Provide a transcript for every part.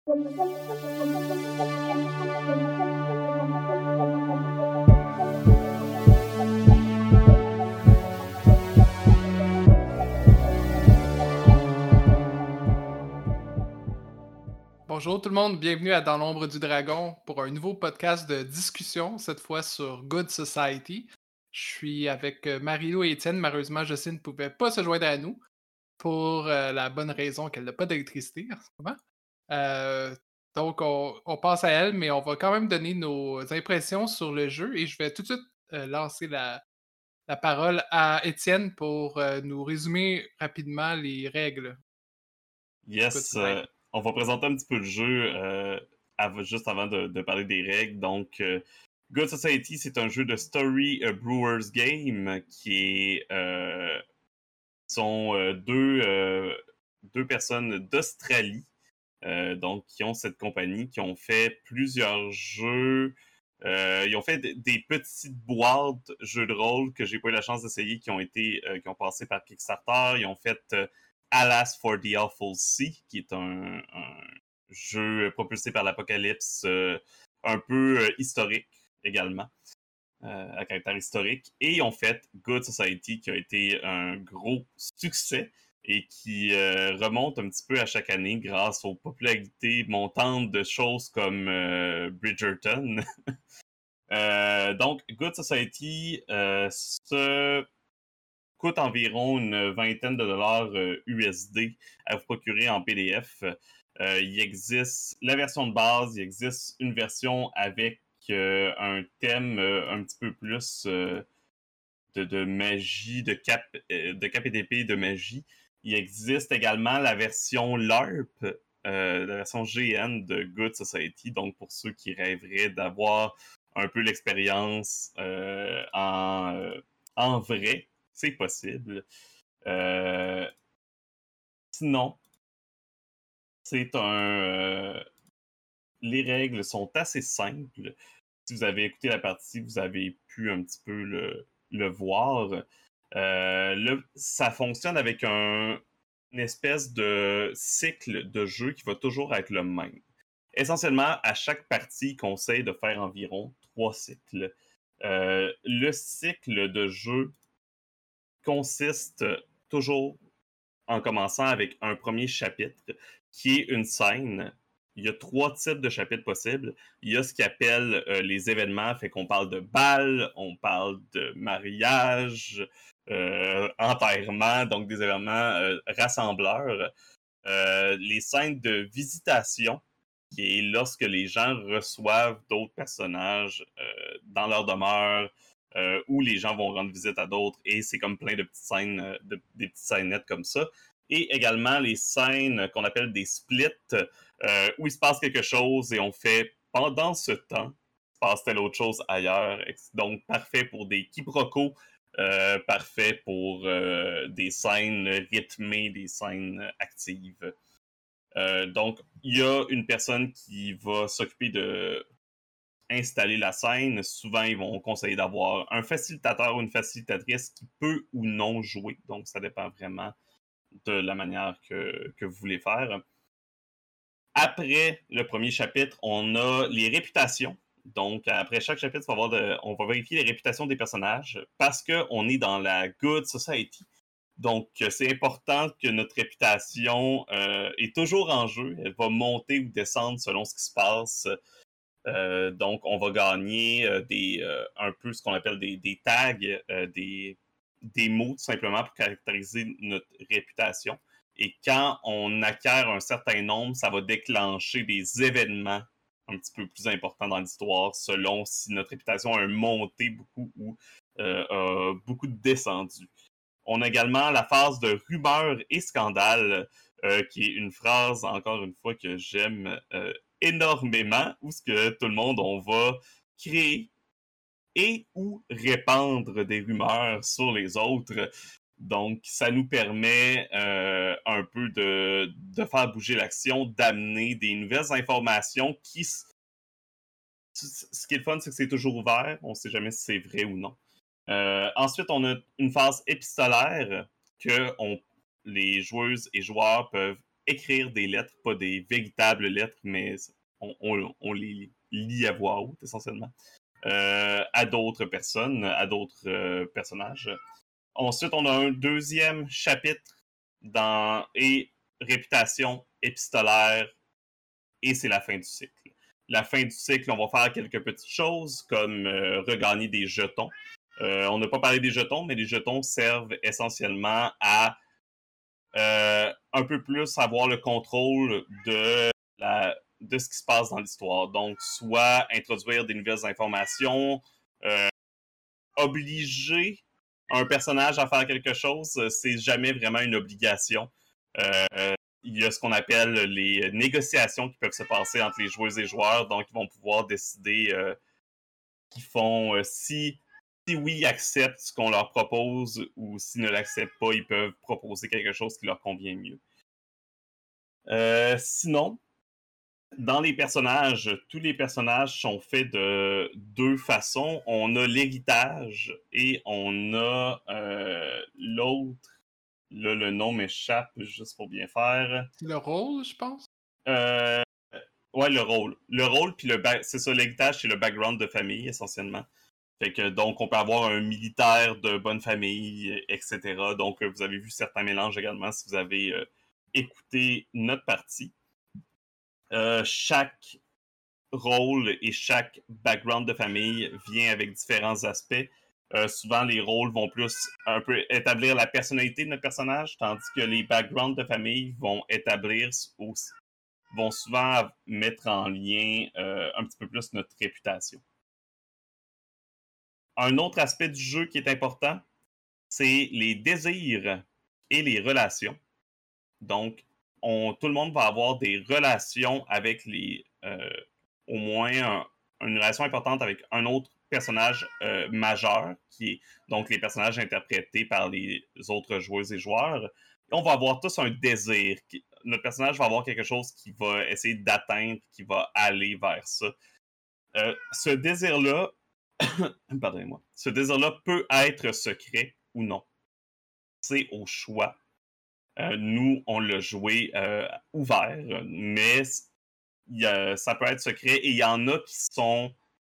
Bonjour tout le monde, bienvenue à Dans l'ombre du dragon pour un nouveau podcast de discussion, cette fois sur Good Society. Je suis avec Marie-Lou et Étienne. Malheureusement, Jocelyne ne pouvait pas se joindre à nous pour la bonne raison qu'elle n'a pas d'électricité en ce moment. Euh, donc, on passe à elle, mais on va quand même donner nos impressions sur le jeu et je vais tout de suite lancer la parole à Étienne pour nous résumer rapidement les règles du Good Yes, Society. on va présenter un petit peu le jeu juste avant de parler des règles. Donc, Good Society, c'est un jeu de Story Brewers Game qui est sont deux personnes d'Australie, donc qui ont cette compagnie, qui ont fait plusieurs jeux. Ils ont fait des petites boîtes jeux de rôle que j'ai pas eu la chance d'essayer, qui ont passé par Kickstarter. Ils ont fait Alas for the Awful Sea, qui est un jeu propulsé par l'Apocalypse, un peu historique également, à caractère historique. Et ils ont fait Good Society, qui a été un gros succès et qui remonte un petit peu à chaque année grâce aux popularités montantes de choses comme Bridgerton. Donc, Good Society se coûte environ une vingtaine de dollars USD à vous procurer en PDF. Il existe la version de base, il existe une version avec un thème un petit peu plus de magie, de cap et d'épée de magie. Il existe également la version LARP, la version GN de Good Society, donc pour ceux qui rêveraient d'avoir un peu l'expérience en vrai, c'est possible. Euh, Sinon, c'est les règles sont assez simples. Si vous avez écouté la partie, vous avez pu un petit peu le voir. Ça fonctionne avec une espèce de cycle de jeu qui va toujours être le même. Essentiellement, à chaque partie, il conseille de faire environ 3 cycles. Le cycle de jeu consiste toujours en commençant avec un premier chapitre qui est une scène. Il y a 3 types de chapitres possibles. Il y a ce qu'ils appellent les événements, fait qu'on parle de bal, on parle de mariage, enterrement, donc des événements rassembleurs. Les scènes de visitation, qui est lorsque les gens reçoivent d'autres personnages dans leur demeure, où les gens vont rendre visite à d'autres, et c'est comme plein de petites scènes, des petites scénettes comme ça. Et également les scènes qu'on appelle des splits, où il se passe quelque chose et on fait pendant ce temps, il se passe telle autre chose ailleurs. Donc parfait pour des quiproquos, parfait pour des scènes rythmées, des scènes actives. Donc, il y a une personne qui va s'occuper de installer la scène. Souvent, ils vont conseiller d'avoir un facilitateur ou une facilitatrice qui peut ou non jouer. Donc, ça dépend vraiment de la manière que vous voulez faire. Après le premier chapitre, on a les réputations. Donc, après chaque chapitre, on va vérifier les réputations des personnages parce qu'on est dans la Good Society. Donc, c'est important que notre réputation est toujours en jeu. Elle va monter ou descendre selon ce qui se passe. Donc, on va gagner un peu ce qu'on appelle des tags, des mots tout simplement pour caractériser notre réputation. Et quand on acquiert un certain nombre, ça va déclencher des événements un petit peu plus importants dans l'histoire selon si notre réputation a monté beaucoup ou a beaucoup descendu. On a également la phase de rumeurs et scandales, qui est une phrase, encore une fois, que j'aime énormément, où ce que tout le monde, on va créer et ou répandre des rumeurs sur les autres. Donc, ça nous permet un peu de faire bouger l'action, d'amener des nouvelles informations qui... Ce qui est le fun, c'est que c'est toujours ouvert. On ne sait jamais si c'est vrai ou non. Ensuite, on a une phase épistolaire que les joueuses et joueurs peuvent écrire des lettres, pas des véritables lettres, mais on les lit à voix haute, essentiellement, à d'autres personnes, à d'autres personnages. Ensuite, on a un deuxième chapitre et réputation épistolaire, et c'est la fin du cycle. La fin du cycle, on va faire quelques petites choses comme regagner des jetons. On n'a pas parlé des jetons, mais les jetons servent essentiellement à un peu plus avoir le contrôle de ce qui se passe dans l'histoire. Donc, soit introduire des nouvelles informations, obliger un personnage à faire quelque chose, c'est jamais vraiment une obligation. Il y a ce qu'on appelle les négociations qui peuvent se passer entre les joueuses et joueurs, donc ils vont pouvoir décider qu'ils font si oui, ils acceptent ce qu'on leur propose ou s'ils ne l'acceptent pas, ils peuvent proposer quelque chose qui leur convient mieux. Sinon, dans les personnages, tous les personnages sont faits de deux façons. On a l'héritage et on a l'autre. Là, le nom m'échappe juste pour bien faire. Le rôle, je pense. Ouais, le rôle. Le rôle, puis c'est ça, l'héritage, c'est le background de famille, essentiellement. Fait que, donc, on peut avoir un militaire de bonne famille, etc. Donc, vous avez vu certains mélanges également si vous avez écouté notre partie. Chaque rôle et chaque background de famille vient avec différents aspects. Souvent, les rôles vont plus un peu établir la personnalité de notre personnage, tandis que les backgrounds de famille vont vont souvent mettre en lien un petit peu plus notre réputation. Un autre aspect du jeu qui est important, c'est les désirs et les relations. Donc, tout le monde va avoir des relations avec au moins une relation importante avec un autre personnage majeur, qui est donc les personnages interprétés par les autres joueuses et joueurs. Et on va avoir tous un désir. Notre personnage va avoir quelque chose qui va essayer d'atteindre, qui va aller vers ça. Ce désir-là, pardonnez-moi, ce désir-là peut être secret ou non. C'est au choix. Nous, on l'a joué ouvert, mais ça peut être secret et il y en a qui sont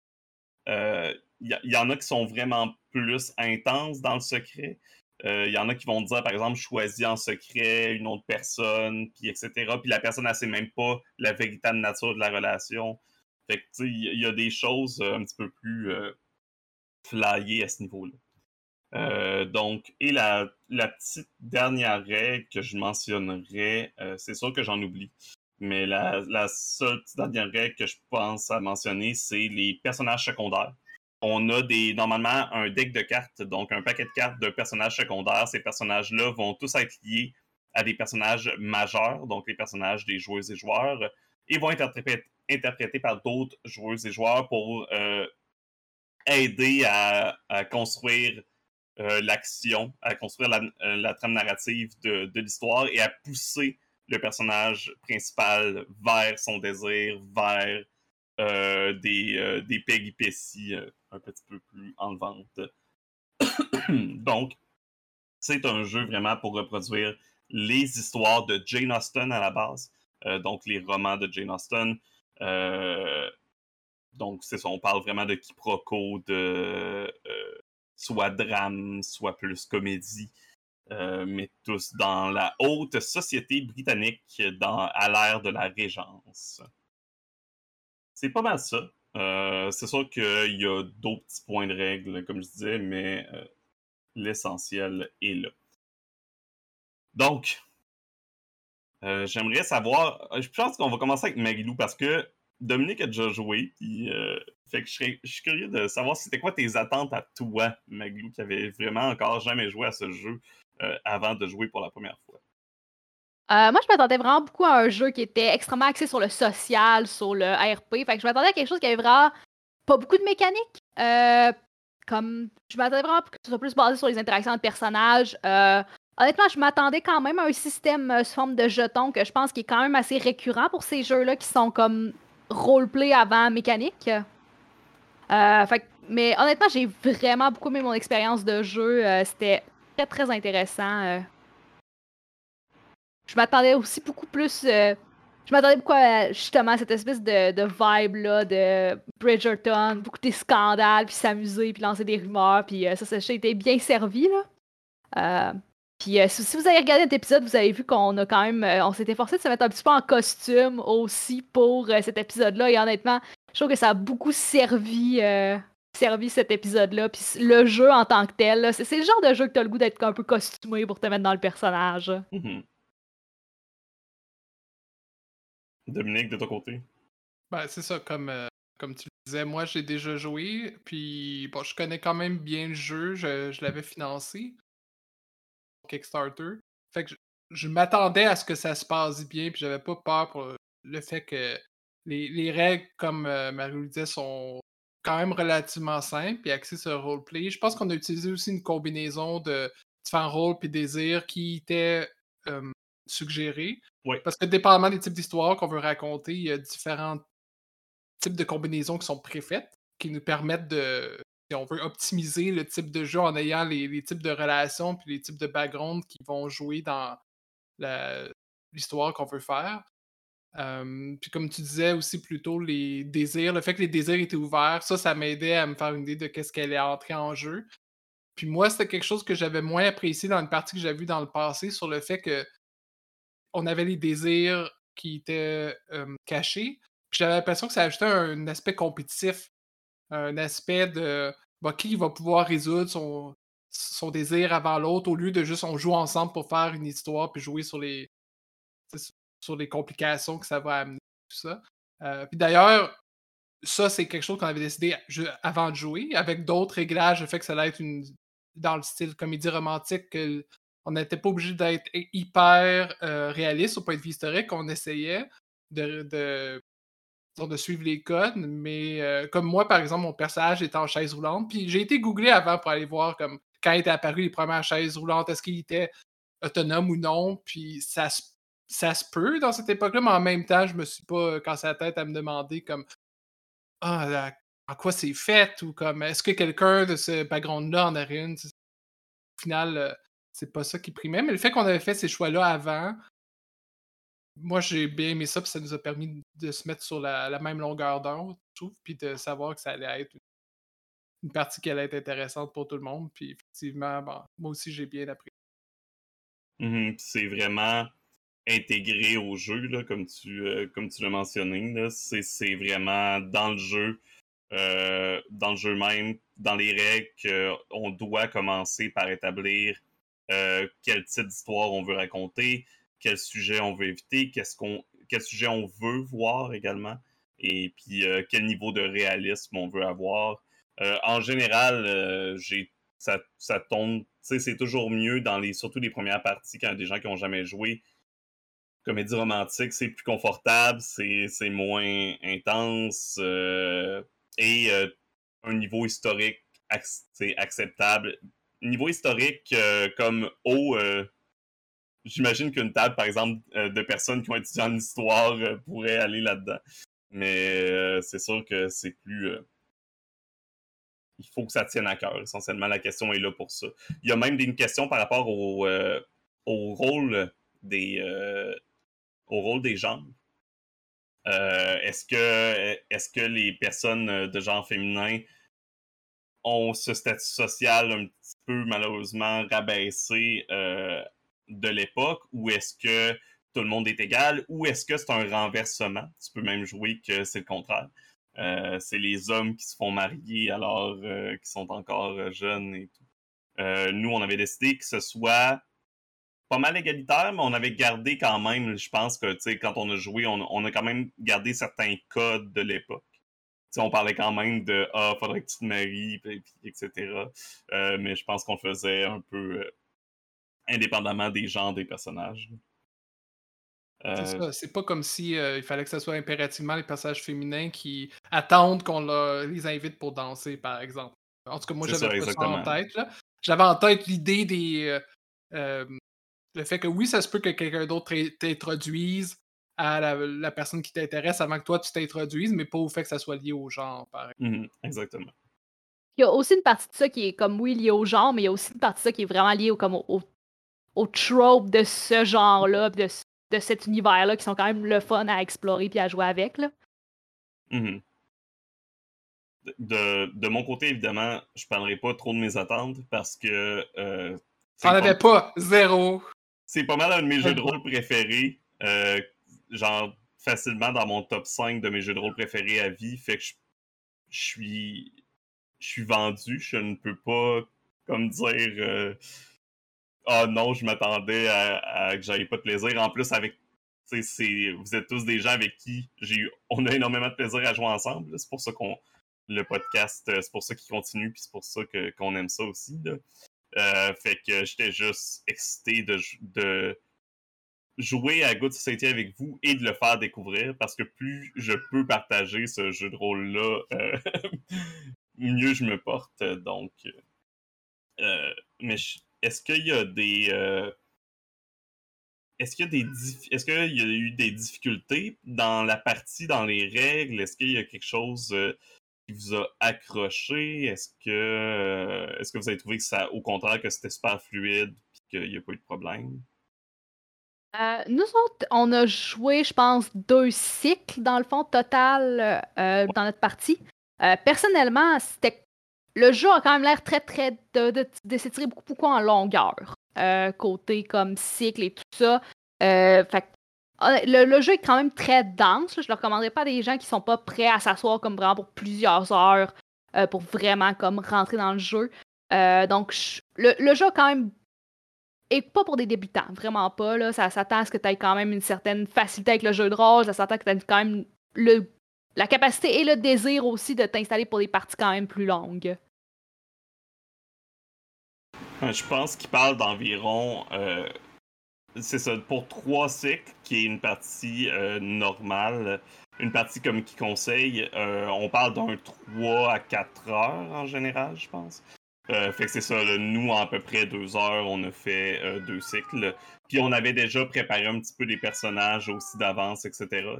il y en a qui sont vraiment plus intenses dans le secret. Il y en a qui vont dire, par exemple, choisis en secret une autre personne, puis etc. Puis la personne, elle sait même pas la véritable nature de la relation. Fait que, tu sais, il y a des choses un petit peu plus flyées à ce niveau-là. Donc, et la petite dernière règle que je mentionnerais, c'est sûr que j'en oublie, mais la seule petite dernière règle que je pense à mentionner, c'est les personnages secondaires. On a normalement un deck de cartes, donc un paquet de cartes de personnages secondaires. Ces personnages-là vont tous être liés à des personnages majeurs, donc les personnages des joueuses et joueurs, et vont être interprétés par d'autres joueuses et joueurs pour aider à construire l'action, à construire la trame narrative de l'histoire et à pousser le personnage principal vers son désir, vers des péripéties un petit peu plus enlevantes. Donc, c'est un jeu vraiment pour reproduire les histoires de Jane Austen à la base, donc les romans de Jane Austen. Donc, c'est ça, on parle vraiment de quiproquos, de soit drame, soit plus comédie, mais tous dans la haute société britannique à l'ère de la Régence. C'est pas mal ça. C'est sûr qu'il y a d'autres petits points de règle, comme je disais, mais l'essentiel est là. Donc, j'aimerais savoir... Je pense qu'on va commencer avec Marilou parce que Dominique a déjà joué, puis fait que je suis curieux de savoir c'était quoi tes attentes à toi, Marilou, qui avait vraiment encore jamais joué à ce jeu avant de jouer pour la première fois. Moi, je m'attendais vraiment beaucoup à un jeu qui était extrêmement axé sur le social, sur le RP. Fait que je m'attendais à quelque chose qui avait vraiment pas beaucoup de mécanique. Comme je m'attendais vraiment à que ce soit plus basé sur les interactions entre personnages. Honnêtement, je m'attendais quand même à un système sous forme de jetons que je pense qui est quand même assez récurrent pour ces jeux-là qui sont comme roleplay avant mécanique. Mais honnêtement, j'ai vraiment beaucoup aimé mon expérience de jeu. C'était très, très intéressant. je m'attendais aussi beaucoup plus. Je m'attendais beaucoup à justement cette espèce de vibe-là de Bridgerton, beaucoup des scandales, puis s'amuser, puis lancer des rumeurs, puis ça a été bien servi, là. Puis si vous avez regardé cet épisode, vous avez vu qu'on a quand même, on s'était forcé de se mettre un petit peu en costume aussi pour cet épisode-là. Et honnêtement, je trouve que ça a beaucoup servi cet épisode-là. Puis le jeu en tant que tel, là, c'est le genre de jeu que t'as le goût d'être un peu costumé pour te mettre dans le personnage. Mhm. Dominique, de ton côté? Ben, c'est ça, comme tu le disais, moi j'ai déjà joué, puis bon, je connais quand même bien le jeu, je l'avais financé sur Kickstarter. Fait que je m'attendais à ce que ça se passe bien, puis j'avais pas peur pour le fait que les règles, comme Marie le disait, sont quand même relativement simples et axées sur le roleplay. Je pense qu'on a utilisé aussi une combinaison de différents rôles et désirs qui étaient suggérés. Oui. Parce que dépendamment des types d'histoires qu'on veut raconter, il y a différents types de combinaisons qui sont préfaites, qui nous permettent de, si on veut, optimiser le type de jeu en ayant les types de relations puis les types de background qui vont jouer dans l'histoire qu'on veut faire. Puis comme tu disais aussi plus tôt, les désirs, le fait que les désirs étaient ouverts, ça m'aidait à me faire une idée de qu'est-ce qu'elle est entrée en jeu. Puis moi, c'était quelque chose que j'avais moins apprécié dans une partie que j'avais vue dans le passé sur le fait que on avait les désirs qui étaient cachés. Puis j'avais l'impression que ça ajoutait un aspect compétitif, un aspect de qui va pouvoir résoudre son désir avant l'autre au lieu de juste on joue ensemble pour faire une histoire puis jouer sur sur les complications que ça va amener, tout ça. Puis d'ailleurs, ça, c'est quelque chose qu'on avait décidé avant de jouer, avec d'autres réglages, le fait que ça allait être dans le style comédie romantique, on n'était pas obligé d'être hyper réaliste au point de vue historique. On essayait de suivre les codes, mais comme moi, par exemple, mon personnage était en chaise roulante, puis j'ai été googlé avant pour aller voir comme quand étaient apparues les premières chaises roulantes, est-ce qu'il était autonome ou non, puis ça se peut dans cette époque-là, mais en même temps, je me suis pas cassé la tête à me demander comme ah, en quoi c'est fait ou comme est-ce que quelqu'un de ce background-là en aurait une? Au final, c'est pas ça qui primait, mais le fait qu'on avait fait ces choix-là avant, moi j'ai bien aimé ça, puis ça nous a permis de se mettre sur la même longueur d'onde, je trouve, puis de savoir que ça allait être une partie qui allait être intéressante pour tout le monde. Puis effectivement, bon, moi aussi j'ai bien appris. Mhm. C'est vraiment intégré au jeu, là, comme tu l'as mentionné. Là. C'est vraiment dans le jeu même, dans les règles, qu'on doit commencer par établir quel type d'histoire on veut raconter, quel sujet on veut éviter, quel sujet on veut voir également, et puis quel niveau de réalisme on veut avoir. En général, ça tombe, tu sais, c'est toujours mieux surtout les premières parties quand il y a des gens qui n'ont jamais joué. Comédie romantique, c'est plus confortable, c'est moins intense et un niveau historique c'est acceptable. Niveau historique comme haut, j'imagine qu'une table, par exemple, de personnes qui ont étudié en histoire pourrait aller là-dedans. Mais c'est sûr que c'est plus... il faut que ça tienne à cœur. Essentiellement, la question est là pour ça. Il y a même une question par rapport au rôle au rôle des genres. Est-ce que les personnes de genre féminin ont ce statut social un petit peu malheureusement rabaissé de l'époque, ou est-ce que tout le monde est égal, ou est-ce que c'est un renversement? Tu peux même jouer que c'est le contraire. C'est les hommes qui se font marier alors qu'ils sont encore jeunes et tout. Nous, on avait décidé que ce soit pas mal égalitaire, mais on avait gardé quand même, je pense que, tu sais, quand on a joué, on a quand même gardé certains codes de l'époque. Tu sais, on parlait quand même de « Ah, faudrait que tu te maries », etc. Mais je pense qu'on le faisait un peu indépendamment des genres des personnages. C'est ça, c'est pas comme si il fallait que ce soit impérativement les personnages féminins qui attendent qu'on les invite pour danser, par exemple. En tout cas, moi, C'est j'avais ça, pas ça en exactement. tête, là. J'avais en tête l'idée le fait que oui, ça se peut que quelqu'un d'autre t'introduise à la personne qui t'intéresse avant que toi tu t'introduises, mais pas au fait que ça soit lié au genre, par exemple. Exactement. Il y a aussi une partie de ça qui est comme, oui, liée au genre, mais il y a aussi une partie de ça qui est vraiment liée aux tropes de ce genre-là, de cet univers-là, qui sont quand même le fun à explorer puis à jouer avec, là. Mhm. De mon côté, évidemment, je parlerai pas trop de mes attentes parce que T'en avais pas, zéro. c'est pas mal un de mes jeux de rôle préférés. Genre, facilement dans mon top 5 de mes jeux de rôle préférés à vie. Fait que je suis vendu. Je ne peux pas, comme dire, ah non, je m'attendais à que j'avais pas de plaisir. En plus, avec vous êtes tous des gens avec qui on a énormément de plaisir à jouer ensemble. Là. C'est pour ça qu'on le podcast, c'est pour ça qu'il continue, puis c'est pour ça qu'on aime ça aussi. Là. Fait que j'étais juste excité de jouer à Good Society avec vous et de le faire découvrir, parce que plus je peux partager ce jeu de rôle-là, mieux je me porte. Donc, mais est-ce qu'il y a des... Est-ce qu'il y a eu des difficultés dans la partie, dans les règles? Est-ce qu'il y a quelque chose qui vous a accroché? Est-ce que vous avez trouvé que ça, au contraire, que c'était super fluide et qu'il n'y a pas eu de problème? Nous autres, on a joué, je pense, 2 cycles, dans le fond, total, dans notre partie. Personnellement, le jeu a quand même l'air très, très de s'étirer beaucoup, beaucoup en longueur. Côté comme cycle et tout ça. Fait le jeu est quand même très dense. Là. Je le recommanderais pas à des gens qui sont pas prêts à s'asseoir comme vraiment pour plusieurs heures pour vraiment comme rentrer dans le jeu. Donc, le jeu a quand même et pas pour des débutants, vraiment pas. Là. Ça s'attend à ce que tu aies quand même une certaine facilité avec le jeu de rôle. Ça s'attend que tu aies quand même la capacité et le désir aussi de t'installer pour des parties quand même plus longues. Je pense qu'il parle d'environ... c'est ça, pour 3 cycles, qui est une partie normale, une partie comme qui conseille, on parle d'un 3 à 4 heures en général, je pense. Fait que c'est ça, là, nous, en à peu près 2 heures, on a fait 2 cycles. Puis on avait déjà préparé un petit peu des personnages aussi d'avance, etc.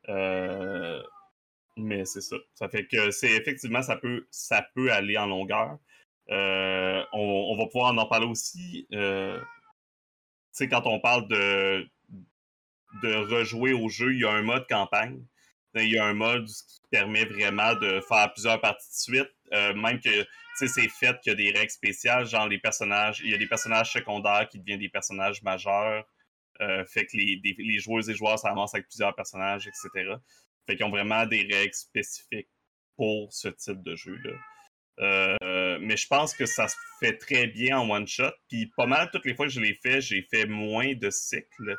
Mais c'est ça. Ça fait que c'est effectivement, ça peut aller en longueur. On va pouvoir en parler aussi. Tu sais, quand on parle de rejouer au jeu, il y a un mode campagne. Il y a un mode qui permet vraiment de faire plusieurs parties de suite. Même que c'est fait qu'il y a des règles spéciales, genre les personnages, il y a des personnages secondaires qui deviennent des personnages majeurs. Fait que les joueuses et joueurs s'avancent avec plusieurs personnages, etc. Fait qu'ils ont vraiment des règles spécifiques pour ce type de jeu-là. Mais je pense que ça se fait très bien en one-shot. Puis pas mal, toutes les fois que je l'ai fait, j'ai fait moins de cycles.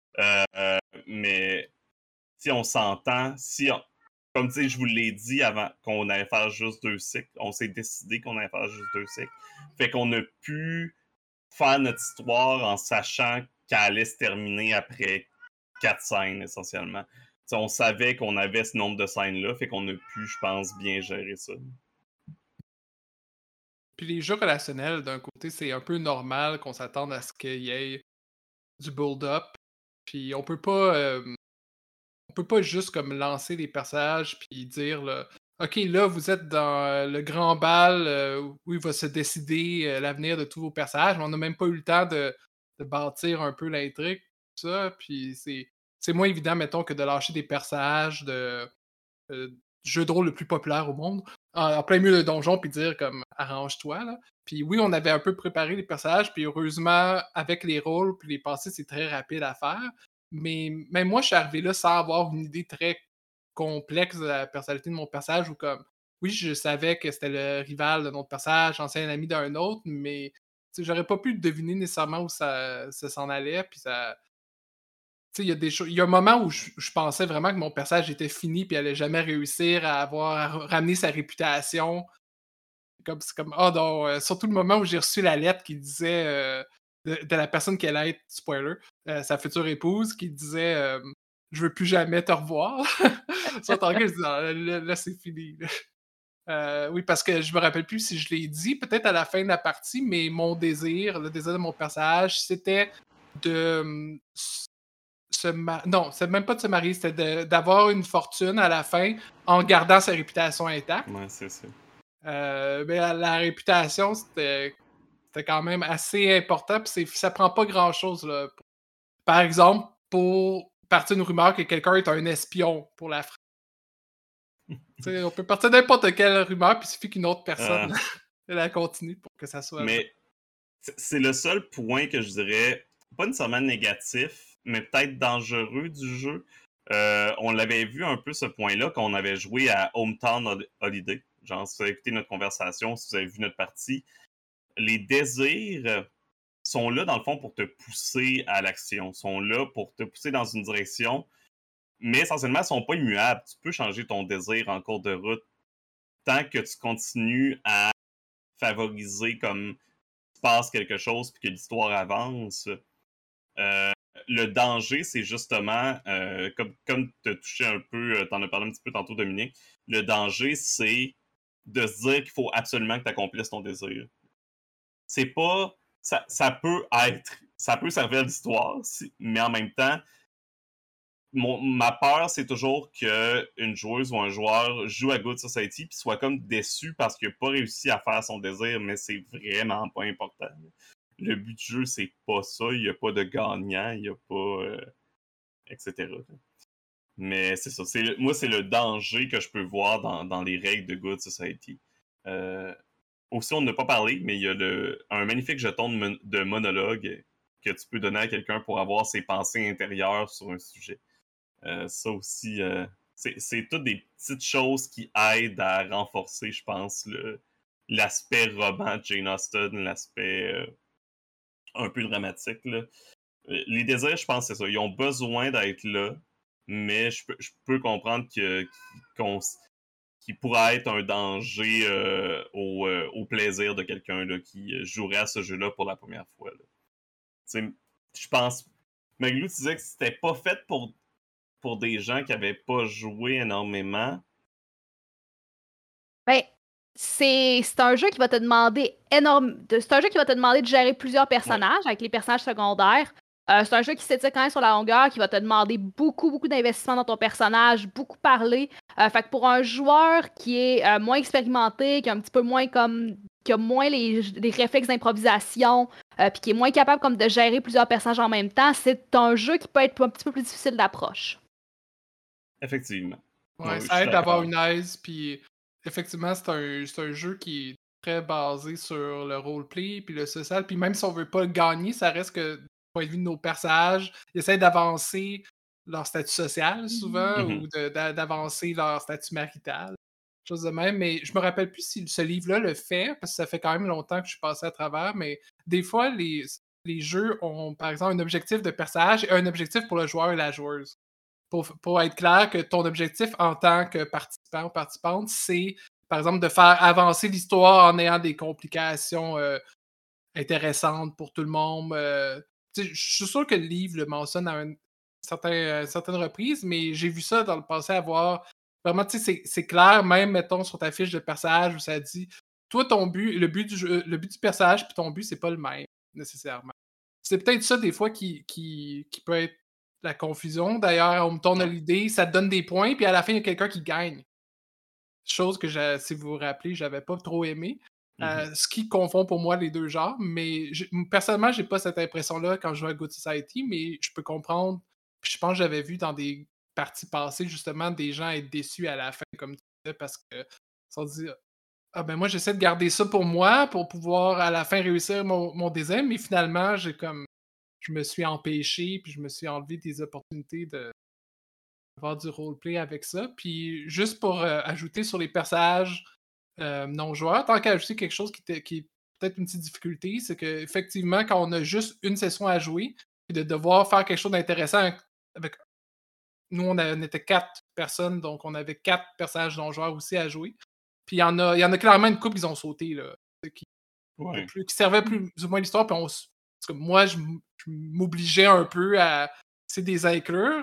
Mais si on s'entend, comme tu sais, je vous l'ai dit avant qu'on allait faire juste 2 cycles, on s'est décidé qu'on allait faire juste 2 cycles. Fait qu'on a pu faire notre histoire en sachant qu'elle allait se terminer après 4 scènes, essentiellement. T'sais, on savait qu'on avait ce nombre de scènes-là, fait qu'on a pu, je pense, bien gérer ça. Puis les jeux relationnels, d'un côté, c'est un peu normal qu'on s'attende à ce qu'il y ait du build-up. Puis on peut pas juste comme lancer des personnages puis dire là, OK, là, vous êtes dans le grand bal où il va se décider l'avenir de tous vos personnages, mais on n'a même pas eu le temps de bâtir un peu l'intrigue, tout ça. Puis c'est moins évident, mettons, que de lâcher des personnages du jeu de rôle le plus populaire au monde en plein milieu de donjon puis dire comme arrange-toi là. Puis oui, on avait un peu préparé les personnages, puis heureusement avec les rôles puis les passés, c'est très rapide à faire. Mais même moi, je suis arrivé là sans avoir une idée très complexe de la personnalité de mon personnage ou comme oui, je savais que c'était le rival de notre personnage, ancien ami d'un autre, mais j'aurais pas pu deviner nécessairement où ça s'en allait, puis ça tu sais, il y a des choses. Il y a un moment où je pensais vraiment que mon personnage était fini puis allait jamais réussir à ramener sa réputation. C'est comme oh non, surtout le moment où j'ai reçu la lettre qui disait de la personne qui allait être, spoiler, sa future épouse, qui disait je veux plus jamais te revoir. Ça, tant que je dis ah, là, c'est fini. Là. Oui, parce que je me rappelle plus si je l'ai dit, peut-être à la fin de la partie, mais mon désir, le désir de mon personnage, c'était de non, c'est même pas de se marier, c'était d'avoir une fortune à la fin en gardant sa réputation intacte. Ouais, c'est ça. Mais la réputation, c'était C'était quand même assez important, puis ça prend pas grand-chose, là. Par exemple, pour partir une rumeur que quelqu'un est un espion pour la France. On peut partir n'importe quelle rumeur, puis il suffit qu'une autre Euh, personne la continue pour que ça soit vrai. mais c'est le seul point que je dirais, pas nécessairement négatif, mais peut-être dangereux du jeu. On l'avait vu un peu ce point-là quand on avait joué à Hometown Holiday. Genre, si vous avez écouté notre conversation, si vous avez vu notre partie, les désirs sont là, dans le fond, pour te pousser à l'action. Sont là pour te pousser dans une direction, mais essentiellement, ils sont pas immuables. Tu peux changer ton désir en cours de route tant que tu continues à favoriser comme se passe quelque chose puis que l'histoire avance. Euh, le danger, c'est justement, comme tu as touché un peu, tu en as parlé un petit peu tantôt, Dominique, le danger, c'est de se dire qu'il faut absolument que tu accomplisses ton désir. C'est pas. Ça peut être. Ça peut servir à l'histoire, mais en même temps, ma peur, c'est toujours qu'une joueuse ou un joueur joue à Good Society puis soit comme déçu parce qu'il n'a pas réussi à faire son désir, mais c'est vraiment pas important. Le but du jeu, c'est pas ça. Il n'y a pas de gagnant, il n'y a pas. Etc. Mais c'est ça. Moi, c'est le danger que je peux voir dans les règles de Good Society. Aussi, on n'a pas parlé, mais il y a un magnifique jeton de monologue que tu peux donner à quelqu'un pour avoir ses pensées intérieures sur un sujet. Ça aussi, c'est toutes des petites choses qui aident à renforcer, je pense, l'aspect roman de Jane Austen, l'aspect un peu dramatique. Là. Les désirs, je pense, c'est ça. Ils ont besoin d'être là, mais je peux comprendre qu'il pourrait être un danger au plaisir de quelqu'un là, qui jouerait à ce jeu-là pour la première fois. Je pense. Maglou, tu disais que c'était pas fait pour des gens qui n'avaient pas joué énormément. Ben, c'est un jeu qui va te demander c'est un jeu qui va te demander de gérer plusieurs personnages avec les personnages secondaires. C'est un jeu qui s'étire quand même sur la longueur, qui va te demander beaucoup, beaucoup d'investissement dans ton personnage, beaucoup parler. Fait que pour un joueur qui est moins expérimenté, qui a un petit peu moins qui a moins les réflexes d'improvisation, puis qui est moins capable comme de gérer plusieurs personnages en même temps, c'est un jeu qui peut être un petit peu plus difficile d'approche. Effectivement. Ouais, Oui, je ça suis aide d'avoir d'accord. une aise, puis effectivement, c'est un jeu qui est très basé sur le roleplay, puis le social, puis même si on veut pas le gagner, ça reste que, du point de vue de nos personnages, ils essaient d'avancer leur statut social, souvent, Mhm. ou d'avancer leur statut marital, chose de même, mais je me rappelle plus si ce livre-là le fait, parce que ça fait quand même longtemps que je suis passé à travers, mais des fois, les jeux ont, par exemple, un objectif de personnage et un objectif pour le joueur et la joueuse. Pour être clair que ton objectif en tant que participant ou participante, c'est, par exemple, de faire avancer l'histoire en ayant des complications intéressantes pour tout le monde. Je suis sûr que le livre le mentionne à certaines reprises, mais j'ai vu ça dans le passé avoir. Vraiment, tu sais, c'est clair, même, mettons, sur ta fiche de personnage où ça dit toi, ton but, le but du personnage, puis ton but, c'est pas le même, nécessairement. C'est peut-être ça, des fois, qui peut être la confusion. D'ailleurs, on me tourne Ouais. l'idée, ça te donne des points, puis à la fin, il y a quelqu'un qui gagne. Chose que, si vous vous rappelez, j'avais pas trop aimé. Mhm. Ce qui confond pour moi les deux genres, mais personnellement, j'ai pas cette impression-là quand je joue à Good Society, mais je peux comprendre. Puis je pense que j'avais vu dans des parties passées, justement, des gens être déçus à la fin, comme tu disais, parce que ils se sont dit ah ben moi, j'essaie de garder ça pour moi, pour pouvoir à la fin réussir mon désir, mais finalement, je me suis empêché, puis je me suis enlevé des opportunités d'avoir du roleplay avec ça. Puis juste pour ajouter sur les personnages non-joueurs, tant qu'à ajouter quelque chose qui est peut-être une petite difficulté, c'est qu'effectivement, quand on a juste une session à jouer, puis de devoir faire quelque chose d'intéressant avec. Nous, on était 4 personnes, donc on avait 4 personnages non-joueurs aussi à jouer. Puis il y en a clairement une couple qui ont sauté, là, qui, Ouais. qui servait plus ou moins l'histoire. Puis parce que moi, je m'obligeais un peu à des inclure.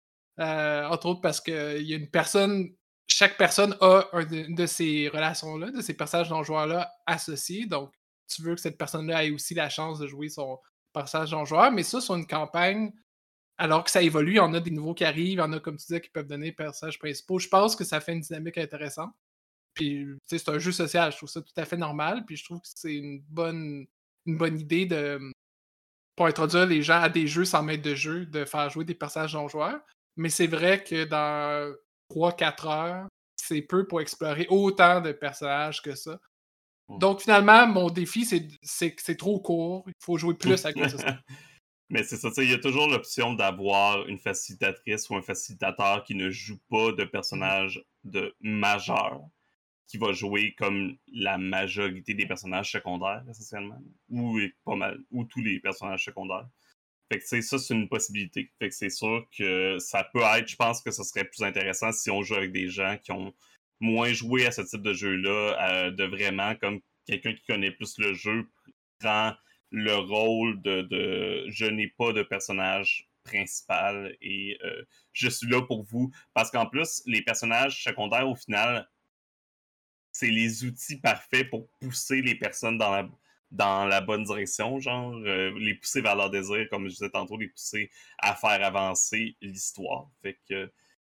Entre autres parce qu'il y a une personne, chaque personne a une de ces relations-là, de ces personnages non-joueurs-là associés. Donc, tu veux que cette personne-là ait aussi la chance de jouer son personnage non-joueur. Mais ça, sur une campagne, alors que ça évolue, il y en a des nouveaux qui arrivent, il y en a, comme tu disais, qui peuvent donner personnages principaux. Je pense que ça fait une dynamique intéressante. Puis, tu sais, c'est un jeu social, je trouve ça tout à fait normal. Puis, je trouve que c'est une bonne une bonne idée pour introduire les gens à des jeux sans maître de jeu, de faire jouer des personnages non-joueurs. Mais c'est vrai que dans 3-4 heures, c'est peu pour explorer autant de personnages que ça. Donc finalement, mon défi, c'est que c'est trop court. Il faut jouer plus à Good Society. Mais c'est ça, il y a toujours l'option d'avoir une facilitatrice ou un facilitateur qui ne joue pas de personnage de majeur, qui va jouer comme la majorité des personnages secondaires, essentiellement, ou pas mal, ou tous les personnages secondaires. Fait que ça, c'est une possibilité. Fait que c'est sûr que ça peut être, je pense que ce serait plus intéressant si on joue avec des gens qui ont moins joué à ce type de jeu-là, de vraiment, comme quelqu'un qui connaît plus le jeu, prend le rôle de je n'ai pas de personnage principal et je suis là pour vous. Parce qu'en plus, les personnages secondaires, au final, c'est les outils parfaits pour pousser les personnes dans la bonne direction, genre les pousser vers leur désir, comme je disais tantôt, les pousser à faire avancer l'histoire. Fait que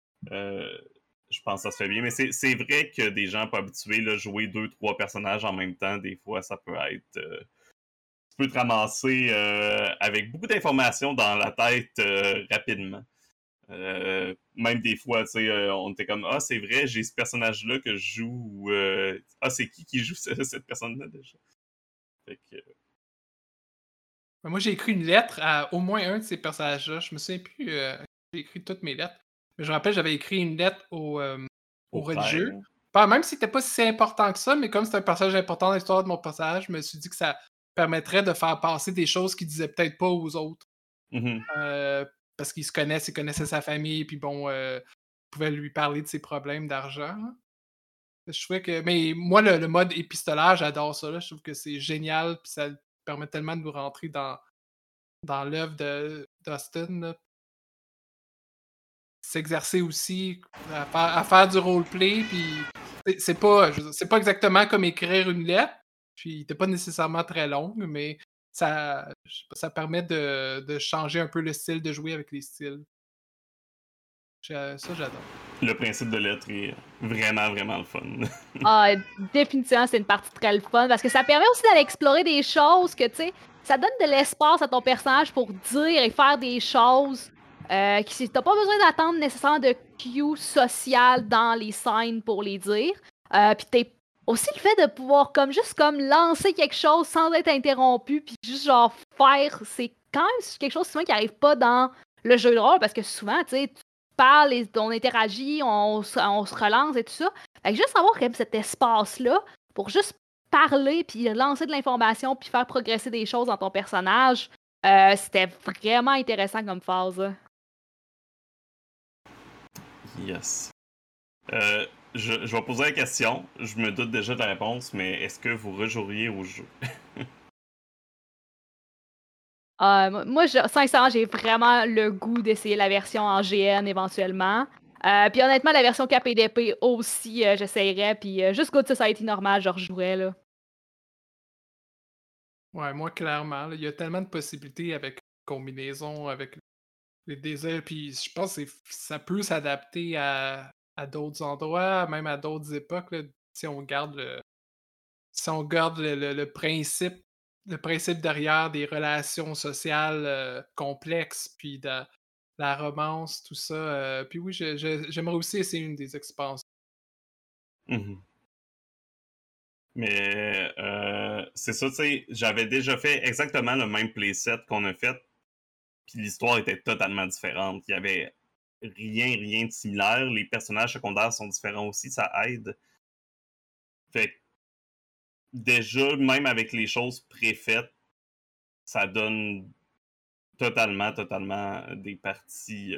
je pense que ça se fait bien. Mais c'est vrai que des gens pas habitués, là, jouer 2-3 personnages en même temps, des fois, ça peut être... tu peux te ramasser avec beaucoup d'informations dans la tête rapidement. Même des fois, tu sais, on était comme ah, c'est vrai, j'ai ce personnage-là que je joue. Ah, c'est qui joue cette personne-là déjà? Fait que... Moi, j'ai écrit une lettre à au moins un de ces personnages-là. Je me souviens plus. J'ai écrit toutes mes lettres. Mais je me rappelle, j'avais écrit une lettre au religieux. Même si c'était pas si important que ça, mais comme c'est un personnage important dans l'histoire de mon personnage, je me suis dit que ça permettrait de faire passer des choses qu'il disait peut-être pas aux autres. Parce qu'ils se connaissent, ils connaissaient sa famille, puis bon, ils pouvaient lui parler de ses problèmes d'argent. Je trouvais que. Mais moi, le mode épistolaire, j'adore ça. Là. Je trouve que c'est génial, puis ça permet tellement de nous rentrer dans l'œuvre d'Austin. Là. S'exercer aussi à faire du roleplay, puis c'est pas exactement comme écrire une lettre, puis t'es pas nécessairement très longue, mais ça permet de changer un peu le style de jouer avec les styles. Ça, j'adore. Le principe de lettre est vraiment, vraiment le fun. Définitivement, c'est une partie très le fun parce que ça permet aussi d'aller explorer des choses que, tu sais, ça donne de l'espace à ton personnage pour dire et faire des choses qui t'as pas besoin d'attendre nécessairement de cue social dans les scènes pour les dire. Puis t'es aussi le fait de pouvoir juste comme lancer quelque chose sans être interrompu puis juste genre faire, c'est quand même quelque chose souvent qui arrive pas dans le jeu de rôle parce que souvent, tu sais, parle, on interagit, on se relance et tout ça. Fait que juste avoir quand même cet espace-là pour juste parler, puis lancer de l'information, puis faire progresser des choses dans ton personnage, c'était vraiment intéressant comme phase. Yes. Je vais poser la question. Je me doute déjà de la réponse, mais est-ce que vous rejoueriez au jeu? Moi, sincèrement, j'ai vraiment le goût d'essayer la version en GN éventuellement. Puis honnêtement, la version KPDP aussi, j'essayerais. Puis juste Good Society normal, je rejouerais, là. Ouais, moi, clairement. Il y a tellement de possibilités avec combinaison, avec les désirs. Puis je pense que ça peut s'adapter à d'autres endroits, même à d'autres époques. Là, si on garde le principe derrière des relations sociales complexes, puis de la romance, tout ça. Puis oui, j'aimerais aussi essayer une des expansions. Mm-hmm. Mais c'est ça, tu sais, j'avais déjà fait exactement le même playset qu'on a fait, puis l'histoire était totalement différente. Il y avait rien de similaire. Les personnages secondaires sont différents aussi, ça aide. Fait que déjà, même avec les choses préfaites, ça donne totalement des parties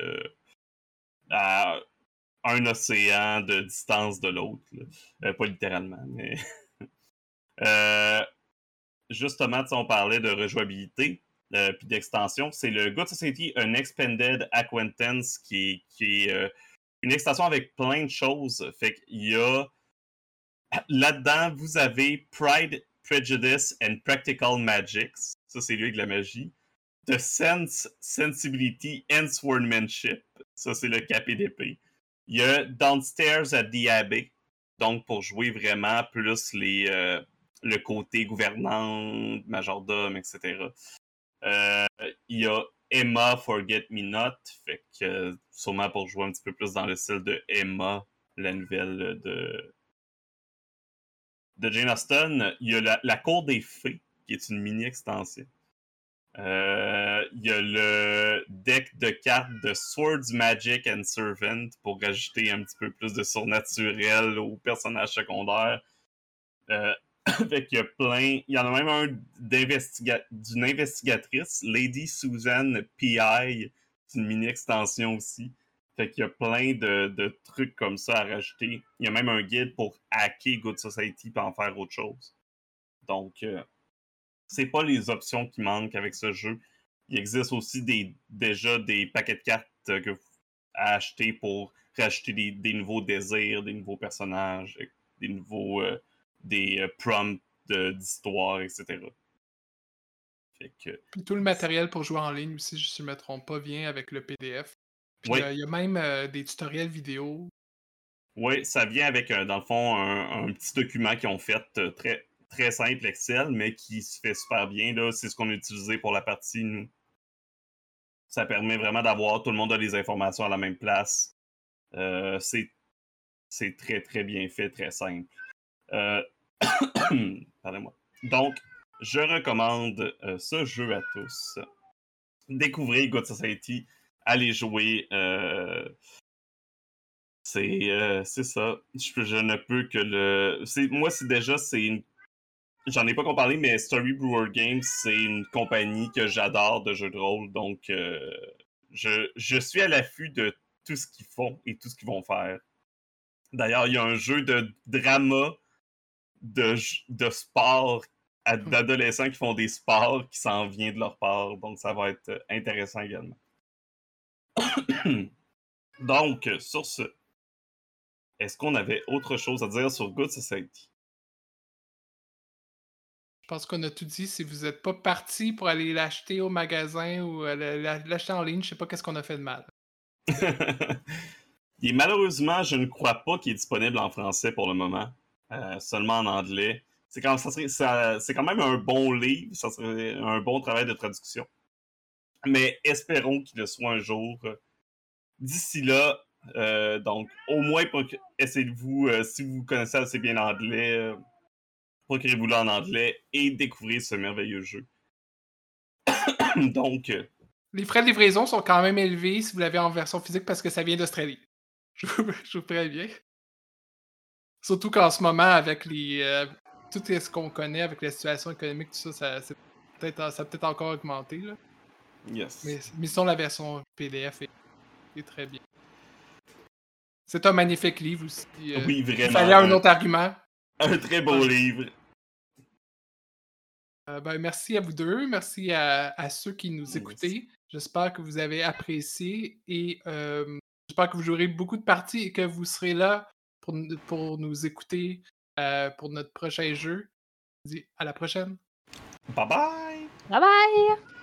à un océan de distance de l'autre. Pas littéralement, mais... justement, on parlait de rejouabilité puis d'extension. C'est le Good Society An Expanded Acquaintance qui est une extension avec plein de choses. Fait qu'il y a... Là-dedans, vous avez Pride, Prejudice and Practical Magics. Ça, c'est lui avec la magie. The Sense, Sensibility and Swordmanship. Ça, c'est le KPDP. Il y a Downstairs at the Abbey. Donc, pour jouer vraiment plus le côté gouvernante, majordome, etc. Il y a Emma Forget Me Not, fait que sûrement pour jouer un petit peu plus dans le style de Emma, la nouvelle de Jane Austen. Il y a la Cour des Fées, qui est une mini-extension. Il y a le deck de cartes de Swords, Magic and Servant pour rajouter un petit peu plus de surnaturel aux personnages secondaires. Fait qu'il y a plein. Il y en a même un d'une investigatrice, Lady Susan P.I. C'est une mini-extension aussi. Fait qu'il y a plein de trucs comme ça à rajouter. Il y a même un guide pour hacker Good Society et en faire autre chose. Donc, c'est pas les options qui manquent avec ce jeu. Il existe aussi déjà des paquets de cartes que vous à acheter pour rajouter des nouveaux désirs, des nouveaux personnages, des nouveaux prompts d'histoire, etc. Fait que, Puis tout le matériel pour jouer en ligne aussi, si je ne me trompe pas, vient avec le PDF. Puis oui, il y a même des tutoriels vidéo. oui, ça vient avec, dans le fond, un petit document qu'ils ont fait très, très simple, Excel, mais qui se fait super bien. Là. C'est ce qu'on a utilisé pour la partie, nous. Ça permet vraiment d'avoir, tout le monde a les informations à la même place. C'est très, très bien fait, très simple. Pardonnez-moi. Donc, je recommande ce jeu à tous. Découvrez Good Society, allez jouer. C'est ça. Je ne peux que le. Moi, c'est une. J'en ai pas qu'on parlait, mais Story Brewer Games, c'est une compagnie que j'adore de jeux de rôle. Donc, je suis à l'affût de tout ce qu'ils font et tout ce qu'ils vont faire. D'ailleurs, il y a un jeu de drama de sport d'adolescents qui font des sports qui s'en vient de leur part. Donc, ça va être intéressant également. Donc, sur ce, est-ce qu'on avait autre chose à dire sur Good Society? Je pense qu'on a tout dit. Si vous n'êtes pas parti pour aller l'acheter au magasin ou l'acheter en ligne, je sais pas qu'est-ce qu'on a fait de mal. Et malheureusement, je ne crois pas qu'il est disponible en français pour le moment. Seulement en anglais. C'est quand même un bon livre, ça serait un bon travail de traduction. Mais espérons qu'il le soit un jour. D'ici là, donc au moins essayez-vous, si vous connaissez assez bien l'anglais, procurez-vous-le en anglais et découvrez ce merveilleux jeu. Donc, Les frais de livraison sont quand même élevés si vous l'avez en version physique parce que ça vient d'Australie. Je vous préviens. Surtout qu'en ce moment, avec tout ce qu'on connaît, avec la situation économique, tout ça, ça a peut-être encore augmenté. Là. yes. Mais sinon, la version PDF est très bien. C'est un magnifique livre aussi. Oui, vraiment. Il fallait un autre argument. Un très beau livre. Merci à vous deux. Merci à ceux qui nous écoutaient. J'espère que vous avez apprécié et j'espère que vous jouerez beaucoup de parties et que vous serez là pour nous écouter pour notre prochain jeu. Je vous dis à la prochaine. Bye bye! Bye bye!